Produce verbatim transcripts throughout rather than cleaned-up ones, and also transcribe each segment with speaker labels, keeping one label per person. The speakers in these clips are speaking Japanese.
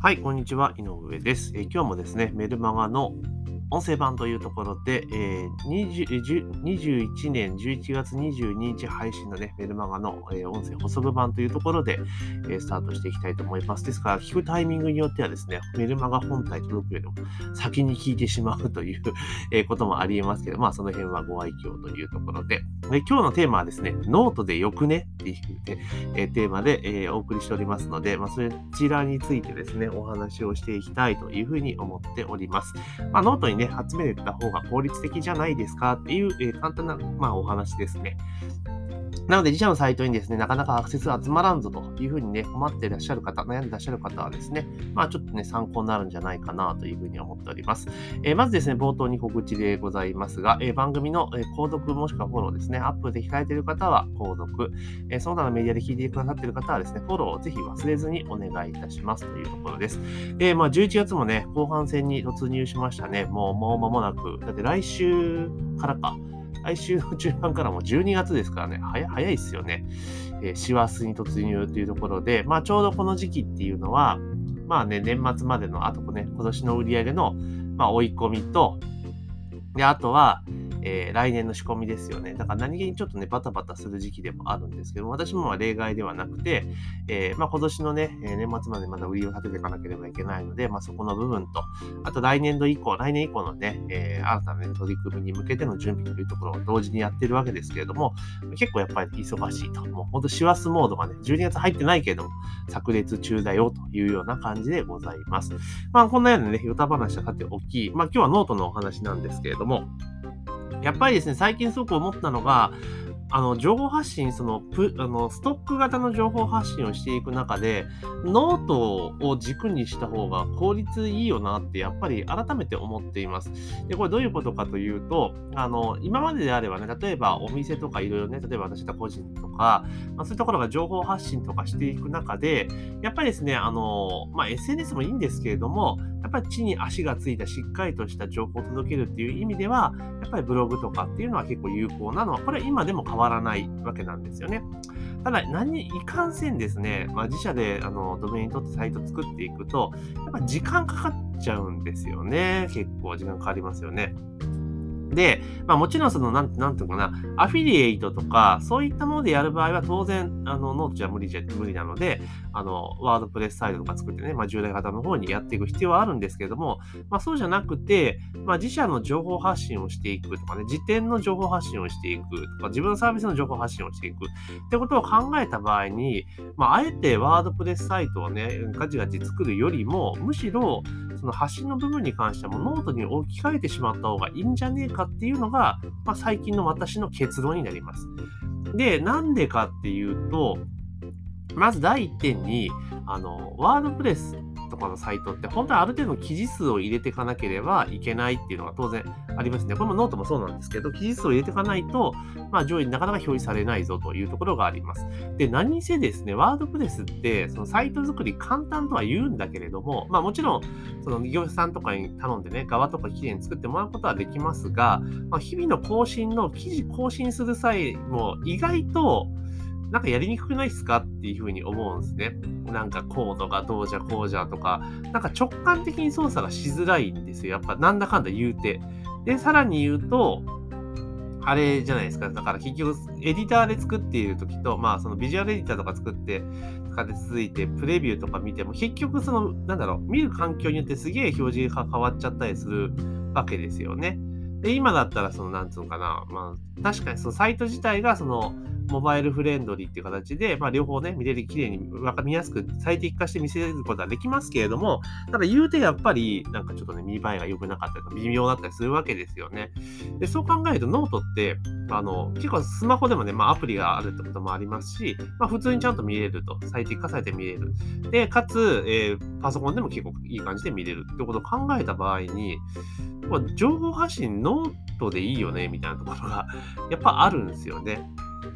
Speaker 1: はい、こんにちは、井上です。えー今日もですね、メルマガの音声版というところで、えー、20 にじゅういちねんじゅういちがつにじゅうににち配信のね、メルマガの、えー音声補足版というところで、えースタートしていきたいと思います。ですから、聞くタイミングによってはですね、メルマガ本体届くよりも先に聞いてしまうというえーこともありえますけど、まあ、その辺はご愛嬌というところで、で今日のテーマはですね、ノートでよくねっていう、ねえーテーマで、えーお送りしておりますので、まあ、そちらについてですね、お話をしていきたいというふうに思っております。まあ、ノートにね、集めてた方が効率的じゃないですかっていう、えー簡単な、まあ、お話ですね。なので自社のサイトにですね、なかなかアクセス集まらんぞというふうにね、困っていらっしゃる方、悩んでいらっしゃる方はですね、まあちょっとね、参考になるんじゃないかなというふうに思っております。えーまずですね、冒頭に告知でございますが、えー番組の、えー購読もしくはフォローですね、アップで控えている方は購読、えーその他のメディアで聞いてくださっている方はですね、フォローをぜひ忘れずにお願いいたしますというところです。えーまあじゅういちがつもね、後半戦に突入しましたね。もう、もう間もなく、だって来週からか。来週の中盤からもうじゅうにがつですからね、早早いっすよね。えー、師走に突入というところで、まあちょうどこの時期っていうのは、まあね、年末までの、あとね、今年の売り上げの、まあ追い込みと、で、あとは、えー来年の仕込みですよね。だから何気にちょっとね、バタバタする時期でもあるんですけども、私もまあ例外ではなくて、えーまあ今年のね、えー年末までまだ売りを立てていかなければいけないので、まあそこの部分と、あと来年度以降、来年以降のね、えー新たな、ね、取り組みに向けての準備というところを同時にやってるわけですけれども、結構やっぱり忙しいと。もうほんと師走モードがね、じゅうにがつ入ってないけれども、炸裂中だよというような感じでございます。まあこんなようなね、ヨタ話はさておき、まあ今日はノートのお話なんですけれども、やっぱりですね、最近すごく思ったのが、あの、情報発信、その、プあの、ストック型の情報発信をしていく中で、ノートを軸にした方が効率いいよなって、やっぱり改めて思っています。で、これどういうことかというと、あの、今までであればね、例えばお店とかいろいろね、例えば私が個人とか、まあ、そういうところが情報発信とかしていく中で、やっぱりですね、あの、まあ、エスエヌエス もいいんですけれども、やっぱり地に足がついたしっかりとした情報を届けるっていう意味では、やっぱりブログとかっていうのは結構有効なのは、これは今でも変わらないわけなんですよね。ただ、何にいかんせんですね、まあ、自社であのドメイン取ってサイト作っていくと、やっぱ時間かかっちゃうんですよね。結構時間かかりますよね。で、まあもちろんその、なん、なんていうのかな、アフィリエイトとか、そういったものでやる場合は当然、あの、ノートじゃ無理じゃ、無理なので、あの、ワードプレスサイトとか作ってね、まあ従来型の方にやっていく必要はあるんですけれども、まあそうじゃなくて、まあ自社の情報発信をしていくとかね、時点の情報発信をしていくとか、自分のサービスの情報発信をしていくってことを考えた場合に、まああえてワードプレスサイトをね、ガチガチ作るよりも、むしろ、その発信の部分に関してはもうノートに置き換えてしまった方がいいんじゃねえかっていうのが、まあ、最近の私の結論になります。で、なんでかっていうと、まず第一点に、あの、ワードプレスとかのサイトって本当はある程度の記事数を入れていかなければいけないっていうのが当然ありますね。これもノートもそうなんですけど、記事数を入れていかないと、まあ上位になかなか表示されないぞというところがあります。で、何せですね、ワードプレスって、そのサイト作り簡単とは言うんだけれども、まあもちろん、その業者さんとかに頼んでね、側とかきれいに作ってもらうことはできますが、まあ、日々の更新の記事更新する際も意外と、なんかやりにくくないですかっていうふうに思うんですね。なんかコードがどうじゃこうじゃとか、なんか直感的に操作がしづらいんですよ。やっぱなんだかんだ言うて。で、さらに言うと、あれじゃないですか。だから結局、エディターで作っているときと、まあそのビジュアルエディターとか作って、とかで続いて、プレビューとか見ても、結局その、なんだろう、見る環境によってすげえ表示が変わっちゃったりするわけですよね。で、今だったら、その、なんつうのかな、まあ、確かにそのサイト自体が、その、モバイルフレンドリーっていう形で、まあ、両方ね、見れる、綺麗に、わかりやすく最適化して見せることはできますけれども、ただ言うてやっぱり、なんかちょっとね、見栄えが良くなかったりとか、微妙だったりするわけですよね。で、そう考えると、ノートって、あの、結構スマホでもね、まあ、アプリがあるってこともありますし、まあ、普通にちゃんと見れると。最適化されて見れる。で、かつ、えーパソコンでも結構いい感じで見れるってことを考えた場合に、まあ情報発信ノートでいいよね、みたいなところが、やっぱあるんですよね。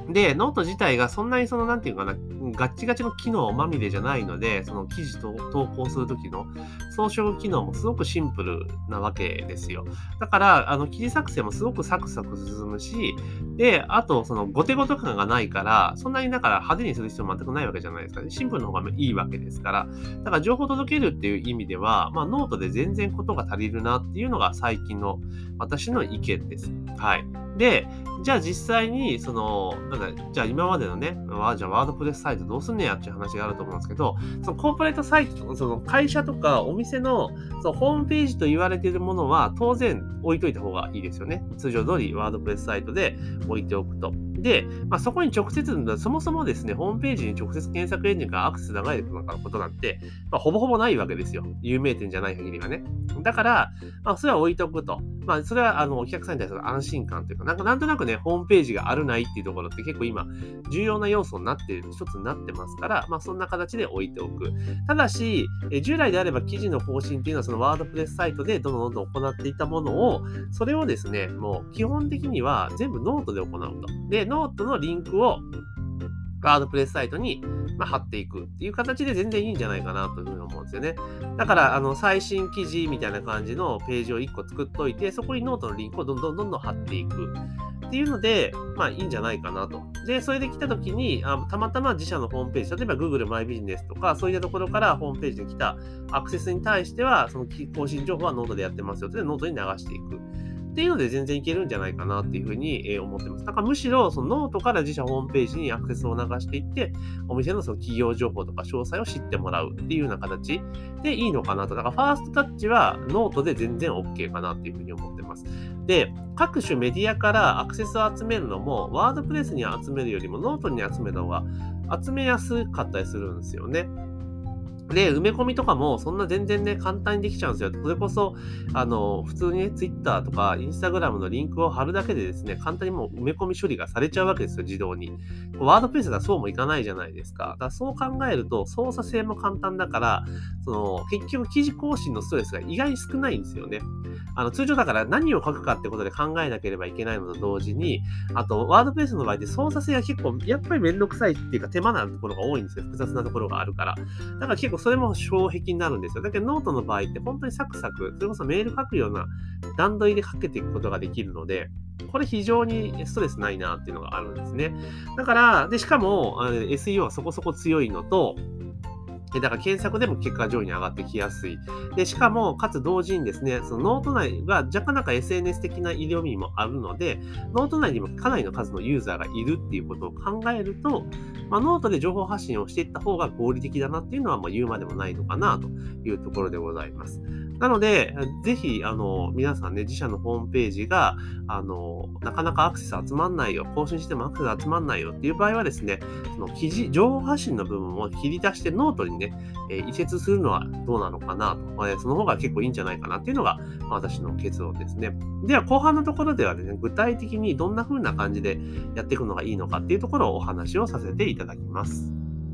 Speaker 1: で、ノート自体がそんなにその、なんていうかな、ガッチガチの機能まみれじゃないので、その記事と投稿するときの装飾機能もすごくシンプルなわけですよ。だから、あの、記事作成もすごくサクサク進むし、で、あと、その、ゴテゴテ感がないから、そんなにだから派手にする必要全くないわけじゃないですかね。シンプルの方がいいわけですから。だから、情報を届けるっていう意味では、まあ、ノートで全然ことが足りるなっていうのが最近の私の意見です。はい。で、じゃあ実際に、その、なんだ、じゃあ今までのね、わじゃあワードプレスサイトどうすんねやっていう話があると思うんですけど、そのコーポレートサイト、その会社とかお店のそのホームページと言われているものは当然置いといた方がいいですよね。通常通りワードプレスサイトで置いておくと。で、まあ、そこに直接、そもそもですね、ホームページに直接検索エンジンからアクセス流れてくることなんて、まあ、ほぼほぼないわけですよ。有名店じゃない限りはね。だから、まあ、それは置いておくと。まあ、それは、あの、お客さんに対する安心感というか、なんか、なんとなくね、ホームページがあるないっていうところって結構今、重要な要素になっている、一つになってますから、まあ、そんな形で置いておく。ただし、え従来であれば記事の更新っていうのは、そのワードプレスサイトでどんどんどんどん行っていたものを、それをですね、もう基本的には全部ノートで行うと。で、ノートのリンクをワードプレスサイトに、まあ、貼っていくっていう形で全然いいんじゃないかなというふうに思うんですよね。だから、あの、最新記事みたいな感じのページをいっこ作っといて、そこにノートのリンクをどんどんどんどん貼っていく。っていうので、まあいいんじゃないかなと。で、それで来た時に、あたまたま自社のホームページ、例えば Google マイビジネスとか、そういったところからホームページに来たアクセスに対しては、その更新情報はノートでやってますよってノートに流していく。っていうので全然いけるんじゃないかなっていうふうに思ってます。だからむしろそのノートから自社ホームページにアクセスを流していって、お店のその企業情報とか詳細を知ってもらうっていうような形でいいのかなと。だからファーストタッチはノートで全然 OK かなっていうふうに思ってます。で、各種メディアからアクセスを集めるのも、ワードプレスに集めるよりもノートに集めた方が集めやすかったりするんですよね。で、埋め込みとかもそんな全然ね、簡単にできちゃうんですよ。それこそ、あの、普通にね、Twitter とか Instagram のリンクを貼るだけでですね、簡単にもう埋め込み処理がされちゃうわけですよ、自動に。ワードプレスだとそうもいかないじゃないですか。だからそう考えると、操作性も簡単だから、その、結局記事更新のストレスが意外に少ないんですよね。あの、通常だから何を書くかってことで考えなければいけないのと同時に、あと、ワードプレスの場合って操作性が結構、やっぱりめんどくさいっていうか手間なところが多いんですよ。複雑なところがあるから。だから結構それも障壁になるんですよ。だけどノートの場合って本当にサクサク、それこそメール書くような段取りで書けていくことができるので、これ非常にストレスないなっていうのがあるんですね。だから、で、しかも、あの エスイーオー はそこそこ強いのと、でだから検索でも結果が上位に上がってきやすい。で、しかも、かつ同時にですね、そのノート内が若干なんか エスエヌエス 的な医療味もあるので、ノート内にもかなりの数のユーザーがいるっていうことを考えると、まあ、ノートで情報発信をしていった方が合理的だなっていうのはもう言うまでもないのかなというところでございます。なので、ぜひ、あの、皆さんね、自社のホームページが、あの、なかなかアクセス集まんないよ、更新してもアクセス集まんないよっていう場合はですね、その記事、情報発信の部分を切り出してノートにね、えー移設するのはどうなのかなと、えーその方が結構いいんじゃないかなっていうのが、まあ私の結論ですね。では、後半のところではね、具体的にどんな風な感じでやっていくのがいいのかっていうところをお話をさせていただきます。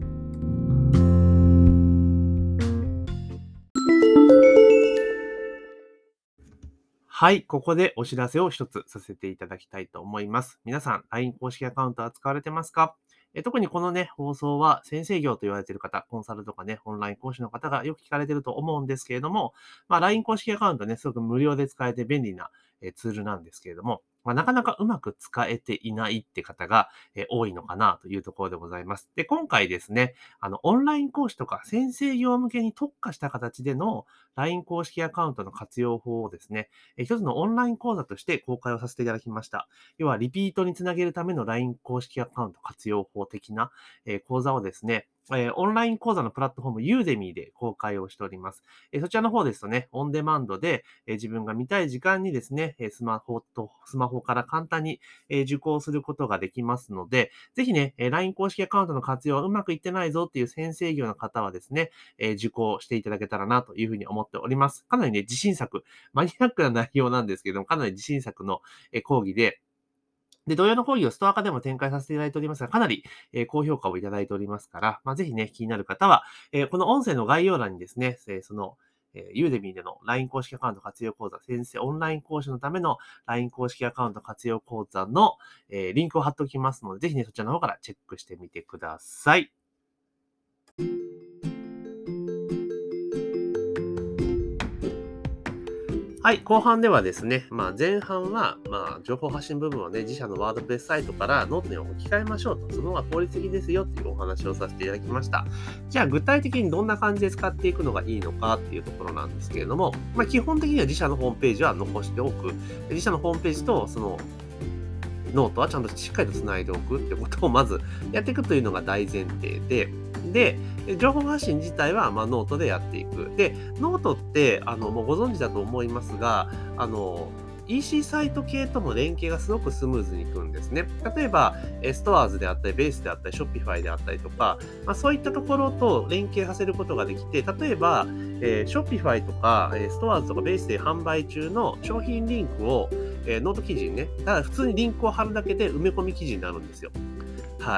Speaker 1: はい、ここでお知らせを一つさせていただきたいと思います。皆さん、ライン 公式アカウントは使われてますか？え特にこのね、放送は先生業と言われている方、コンサルとかね、オンライン講師の方がよく聞かれていると思うんですけれども、まあ、ライン 公式アカウントね、すごく無料で使えて便利なえツールなんですけれども、まあ、なかなかうまく使えていないって方がえ多いのかなというところでございます。で、今回ですね、あの、オンライン講師とか先生業向けに特化した形での ライン 公式アカウントの活用法をですね、え一つのオンライン講座として公開をさせていただきました。要は、リピートにつなげるための ライン 公式アカウント活用法的な、えー講座をですね、えーオンライン講座のプラットフォーム ユーデミー で公開をしております。えーそちらの方ですとね、オンデマンドで、えー自分が見たい時間にですね、えースマホと、スマホから簡単に、えー受講することができますので、ぜひね、えー ライン 公式アカウントの活用はうまくいってないぞっていう先生業の方はですね、えー受講していただけたらなというふうに思っております。かなりね、自信作、マニアックな内容なんですけども、かなり自信作のえー講義で、で、同様の講義をストア化でも展開させていただいておりますが、かなり、えー高評価をいただいておりますから、まあ、ぜひね、気になる方は、えーこの音声の概要欄にですね、えーその、 えー、ユーデミーでの ライン 公式アカウント活用講座、先生オンライン講師のための ライン 公式アカウント活用講座の、えー、リンクを貼っておきますので、ぜひね、そちらの方からチェックしてみてください。はい、後半ではですね、まあ、前半は、まあ、情報発信部分をね、自社のワードプレスサイトからノートに置き換えましょうと、その方が効率的ですよっていうお話をさせていただきました。じゃあ、具体的にどんな感じで使っていくのがいいのかっていうところなんですけれども、まあ、基本的には自社のホームページは残しておく。自社のホームページと、その、ノートはちゃんとしっかりとつないでおくってことをまずやっていくというのが大前提で、で、情報発信自体はまあノートでやっていく。で、ノートってあのもうご存知だと思いますが、あの イーシー サイト系との連携がすごくスムーズにいくんですね。例えば、ストアーズであったり、ベースであったり、ショッピファイであったりとか、まあ、そういったところと連携させることができて、例えば、えー、ショッピファイとか、ストアーズとかベースで販売中の商品リンクを、えー、ノート記事にね、ただ普通にリンクを貼るだけで埋め込み記事になるんですよ。はい。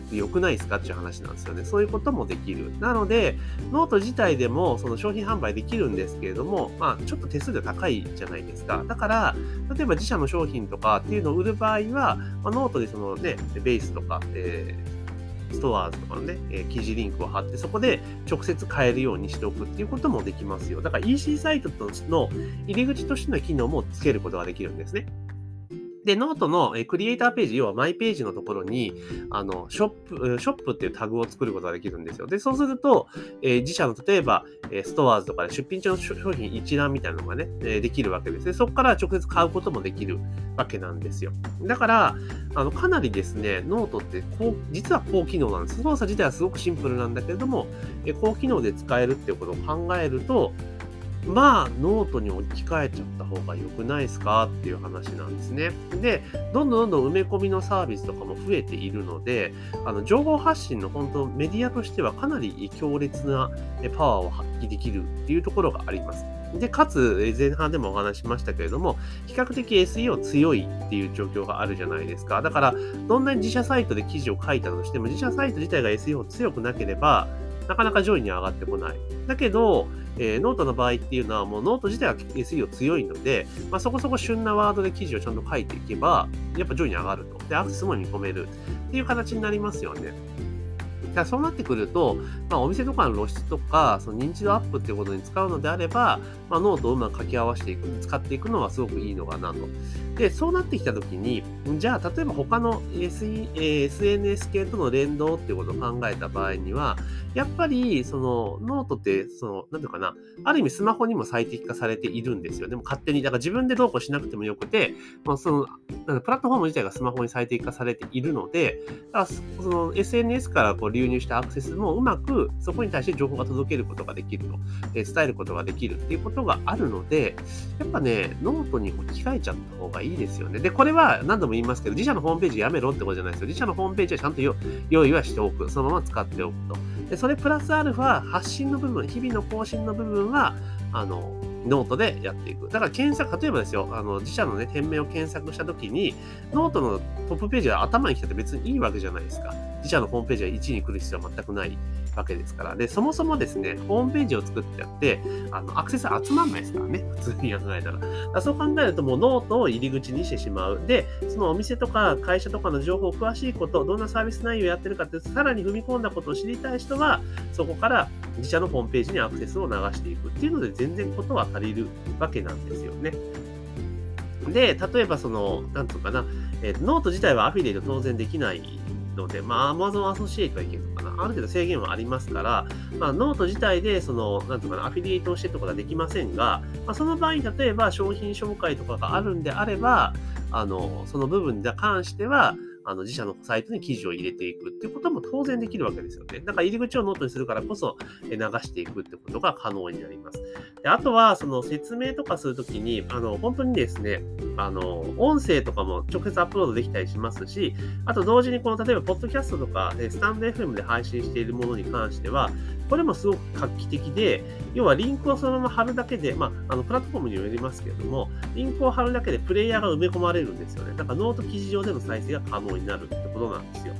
Speaker 1: 良くないですかっていう話なんですよね。そういうこともできる。なので、ノート自体でもその商品販売できるんですけれども、まあ、ちょっと手数料高いじゃないですか。だから、例えば自社の商品とかっていうのを売る場合は、まあ、ノートでそのね、ベースとか、えー、ストアーズとかのね、えー、記事リンクを貼って、そこで直接買えるようにしておくっていうこともできますよ。だから イーシー サイトの入り口としての機能もつけることができるんですね。で、ノートのクリエイターページ、要はマイページのところに、あの、ショップ、ショップっていうタグを作ることができるんですよ。で、そうすると、えー、自社の、例えば、ストアーズとかで出品中の商品一覧みたいなのがね、えー、できるわけですね。そこから直接買うこともできるわけなんですよ。だから、あの、かなりですね、ノートってこう、実は高機能なんです。操作自体はすごくシンプルなんだけれども、えー、高機能で使えるっていうことを考えると、まあ、ノートに置き換えちゃった方が良くないですかっていう話なんですね。で、どんどんどんどん埋め込みのサービスとかも増えているので、あの情報発信の本当メディアとしてはかなり強烈なパワーを発揮できるっていうところがあります。で、かつ、前半でもお話ししましたけれども、比較的 エスイーオー 強いっていう状況があるじゃないですか。だから、どんなに自社サイトで記事を書いたとしても、自社サイト自体が エスイーオー 強くなければ、なかなか上位に上がってこない。だけど、えー、ノートの場合っていうのはもうノート自体は エスイーオー 強いので、まあ、そこそこ旬なワードで記事をちゃんと書いていけば、やっぱ上位に上がると。で、アクセスも見込めるっていう形になりますよね。だからそうなってくると、まあ、お店とかの露出とか、その認知度アップっていうことに使うのであれば、まあ、ノートをうまく掛け合わせていく、使っていくのはすごくいいのかなと。で、そうなってきたときに、じゃあ、例えば他の エスイー エスエヌエス 系との連動っていうことを考えた場合には、やっぱり、その、ノートって、その、なんていうかな、ある意味スマホにも最適化されているんですよ。でも勝手に、だから自分でどうこうしなくてもよくて、まあ、その、なんかプラットフォーム自体がスマホに最適化されているので、だからその エスエヌエス からこう流入したアクセスもうまくそこに対して情報が届けることができると、えー、伝えることができるっていうことがあるので、やっぱね、ノートに置き換えちゃった方がいいですよね。で、これは何度も言いますけど、自社のホームページやめろってことじゃないですよ。自社のホームページはちゃんと用意はしておく。そのまま使っておくと。で、それプラスアルファ、発信の部分、日々の更新の部分は、あの、ノートでやっていく。だから検索、例えばですよ、あの、自社のね、店名を検索したときに、ノートのトップページが頭に来たって別にいいわけじゃないですか。自社のホームページがいちいに来る必要は全くないわけですから。で、そもそもですね、ホームページを作ってやって、あの、アクセス集まんないですからね。普通に考えたら。だからそう考えると、もうノートを入り口にしてしまう。で、そのお店とか会社とかの情報、詳しいこと、どんなサービス内容をやってるかって、さらに踏み込んだことを知りたい人は、そこから自社のホームページにアクセスを流していくっていうので、全然ことは足りるわけなんですよね。で、例えばその、なんとかな、えー、ノート自体はアフィリエイト当然できないので、まあ、Amazon アソシエイトはいけるのかな。ある程度制限はありますから、まあ、ノート自体で、その、なんとかな、アフィリエイトをしてとかはできませんが、まあ、その場合に、例えば商品紹介とかがあるんであれば、あの、その部分に関しては、あの自社のサイトに記事を入れていくっていうことも当然できるわけですよね。だから入り口をノートにするからこそ流していくってことが可能になります。で、あとはその説明とかするときに、あの本当にですね、あの音声とかも直接アップロードできたりしますし、あと同時にこの例えばポッドキャストとかスタンド エフエム で配信しているものに関しては、これもすごく画期的で、要はリンクをそのまま貼るだけで、まあ、あのプラットフォームによりますけれども、リンクを貼るだけでプレイヤーが埋め込まれるんですよね。だからノート記事上での再生が可能になるってことなんですよ。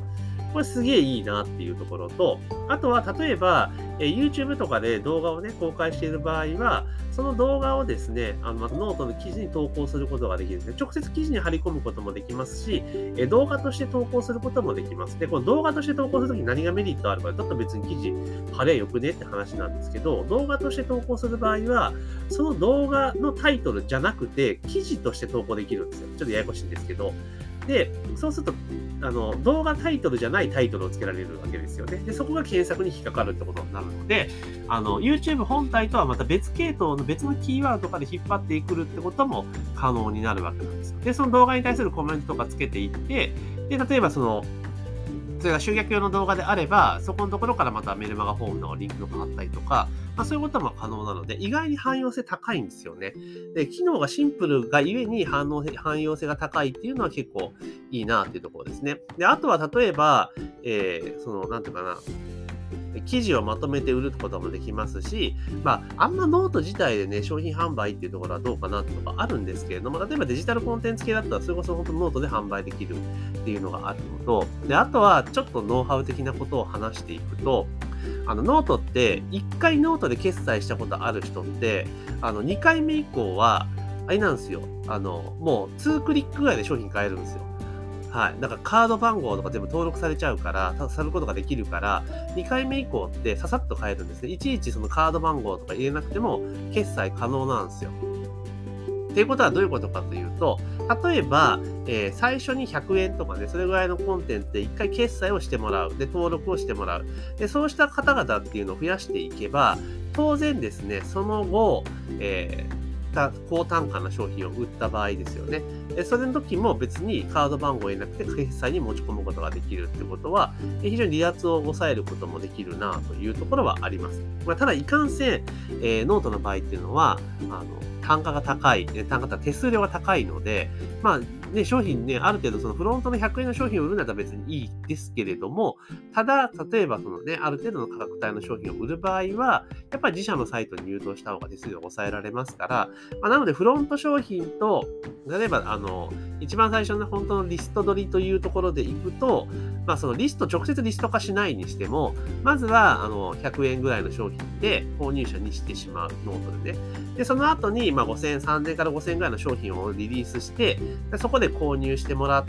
Speaker 1: これすげえいいなっていうところと、あとは例えば、えー YouTube とかで動画をね、公開している場合は、その動画をですね、あの、またノートの記事に投稿することができるんですね。直接記事に貼り込むこともできますし、えー動画として投稿することもできます。で、この動画として投稿するときに何がメリットあるか、ちょっと別に記事貼れよくねって話なんですけど、動画として投稿する場合は、その動画のタイトルじゃなくて、記事として投稿できるんですよ。ちょっとややこしいんですけど。で、そうすると、あの、動画タイトルじゃないタイトルをつけられるわけですよね。で、そこが検索に引っかかるってことになるので、あの、YouTube 本体とはまた別系統の別のキーワードとかで引っ張ってくるってことも可能になるわけなんですよ。で、その動画に対するコメントとかつけていって、で、例えばその、それが集客用の動画であれば、そこのところからまたメルマガフォームのリンクとか貼ったりとか、まあ、そういうことも可能なので、意外に汎用性高いんですよね。で、機能がシンプルがゆえに汎用性汎用性が高いっていうのは結構いいなっていうところですね。で、あとは例えば、えー、その、なんていうかな、記事をまとめて売ることもできますし、まあ、あんまノート自体でね、商品販売っていうところはどうかなっていうのがあるんですけれども、例えばデジタルコンテンツ系だったら、それこそ本当ノートで販売できるっていうのがあるのと、で、あとはちょっとノウハウ的なことを話していくと、あの、ノートって、いっかいノートで決済したことある人って、あの、にかいめ以降は、あれなんですよ。あの、もうにクリックぐらいで商品買えるんですよ。はい。だからカード番号とか全部登録されちゃうから、たさることができるから、にかいめ以降ってささっと買えるんですね。いちいちそのカード番号とか入れなくても決済可能なんですよ。っていうことはどういうことかというと、例えば、えー最初にひゃくえんとかね、それぐらいのコンテンツでいっかい決済をしてもらう。で、登録をしてもらう。で、そうした方々っていうのを増やしていけば、当然ですね、その後、えーた高単価な商品を売った場合ですよね。でそれの時も別にカード番号を入れなくて決済に持ち込むことができるってことは、え非常に離脱を抑えることもできるなというところはあります。まあ、ただ、いかんせん、えーノートの場合っていうのは、あの、単価が高い、え単価と手数料が高いので、まあ、ね、商品ね、ある程度そのフロントのひゃくえんの商品を売るんだったら別にいいですけれども、ただ、例えばそのね、ある程度の価格帯の商品を売る場合は、やっぱり自社のサイトに誘導した方が手数料が抑えられますから、まあ、なのでフロント商品と、例えばあの、一番最初の本当のリスト取りというところでいくと、まあそのリスト、直接リスト化しないにしても、まずはあのひゃくえんぐらいの商品で購入者にしてしまう、ノートでね。で、その後にまあごせんえん、さんぜんえんからごせんえんぐらいの商品をリリースして、でそこで購入してもらって、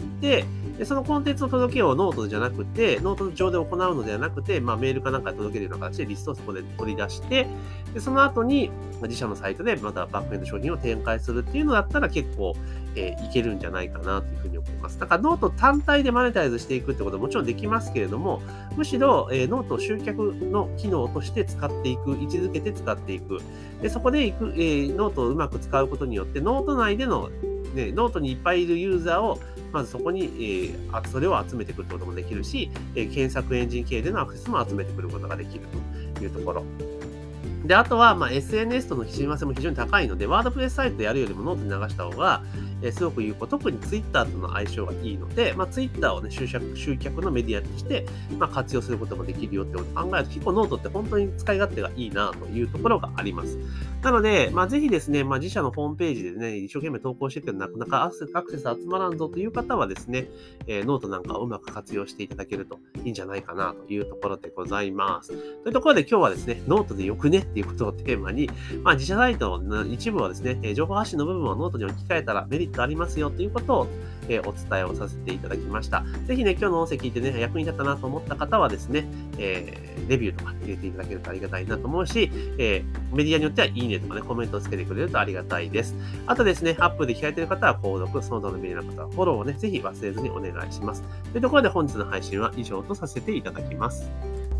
Speaker 1: で、そのコンテンツの届けをノートじゃなくて、ノート上で行うのではなくて、まあメールかなんかで届けるような形でリストをそこで取り出して、で、その後に自社のサイトでまたバックエンド商品を展開するっていうのだったら結構、えーいけるんじゃないかなというふうに思います。だからノート単体でマネタイズしていくってことはもちろんできますけれども、むしろ、えーノートを集客の機能として使っていく、位置づけて使っていく。で、そこでいく、えーノートをうまく使うことによって、ノート内での、ね、ノートにいっぱいいるユーザーをまずそこに、えーあそれを集めてくることもできるし、えー検索エンジン系でのアクセスも集めてくることができるというところ。で、あとは、まあ、エスエヌエス との親和性も非常に高いので、ワードプレスサイトでやるよりもノートに流した方が、えーすごく有効。特に Twitter との相性がいいので、まあ、Twitter をね、集客、集客のメディアとして、まあ、活用することもできるよってことを考えると、結構ノートって本当に使い勝手がいいなというところがあります。なので、まあ、ぜひですね、まあ、自社のホームページでね、一生懸命投稿してるけど、なかなかアクセスアクセス集まらんぞという方はですね、えーノートなんかをうまく活用していただけるといいんじゃないかなというところでございます。というところで今日はですね、ノートでよくねっていうことをテーマに、まあ、自社サイトの一部はですね、えー情報発信の部分をノートに置き換えたらメリットありますよということを、えーお伝えをさせていただきました。ぜひね、今日の音声聞いてね、役に立ったなと思った方はですね、えーレビューとか入れていただけるとありがたいなと思うし、えーメディアによってはいいねとかね、コメントをつけてくれるとありがたいです。あとですね、アップで聞かれている方は購読、その他のメディアの方はフォローをね、ぜひ忘れずにお願いします。というところで本日の配信は以上とさせていただきます。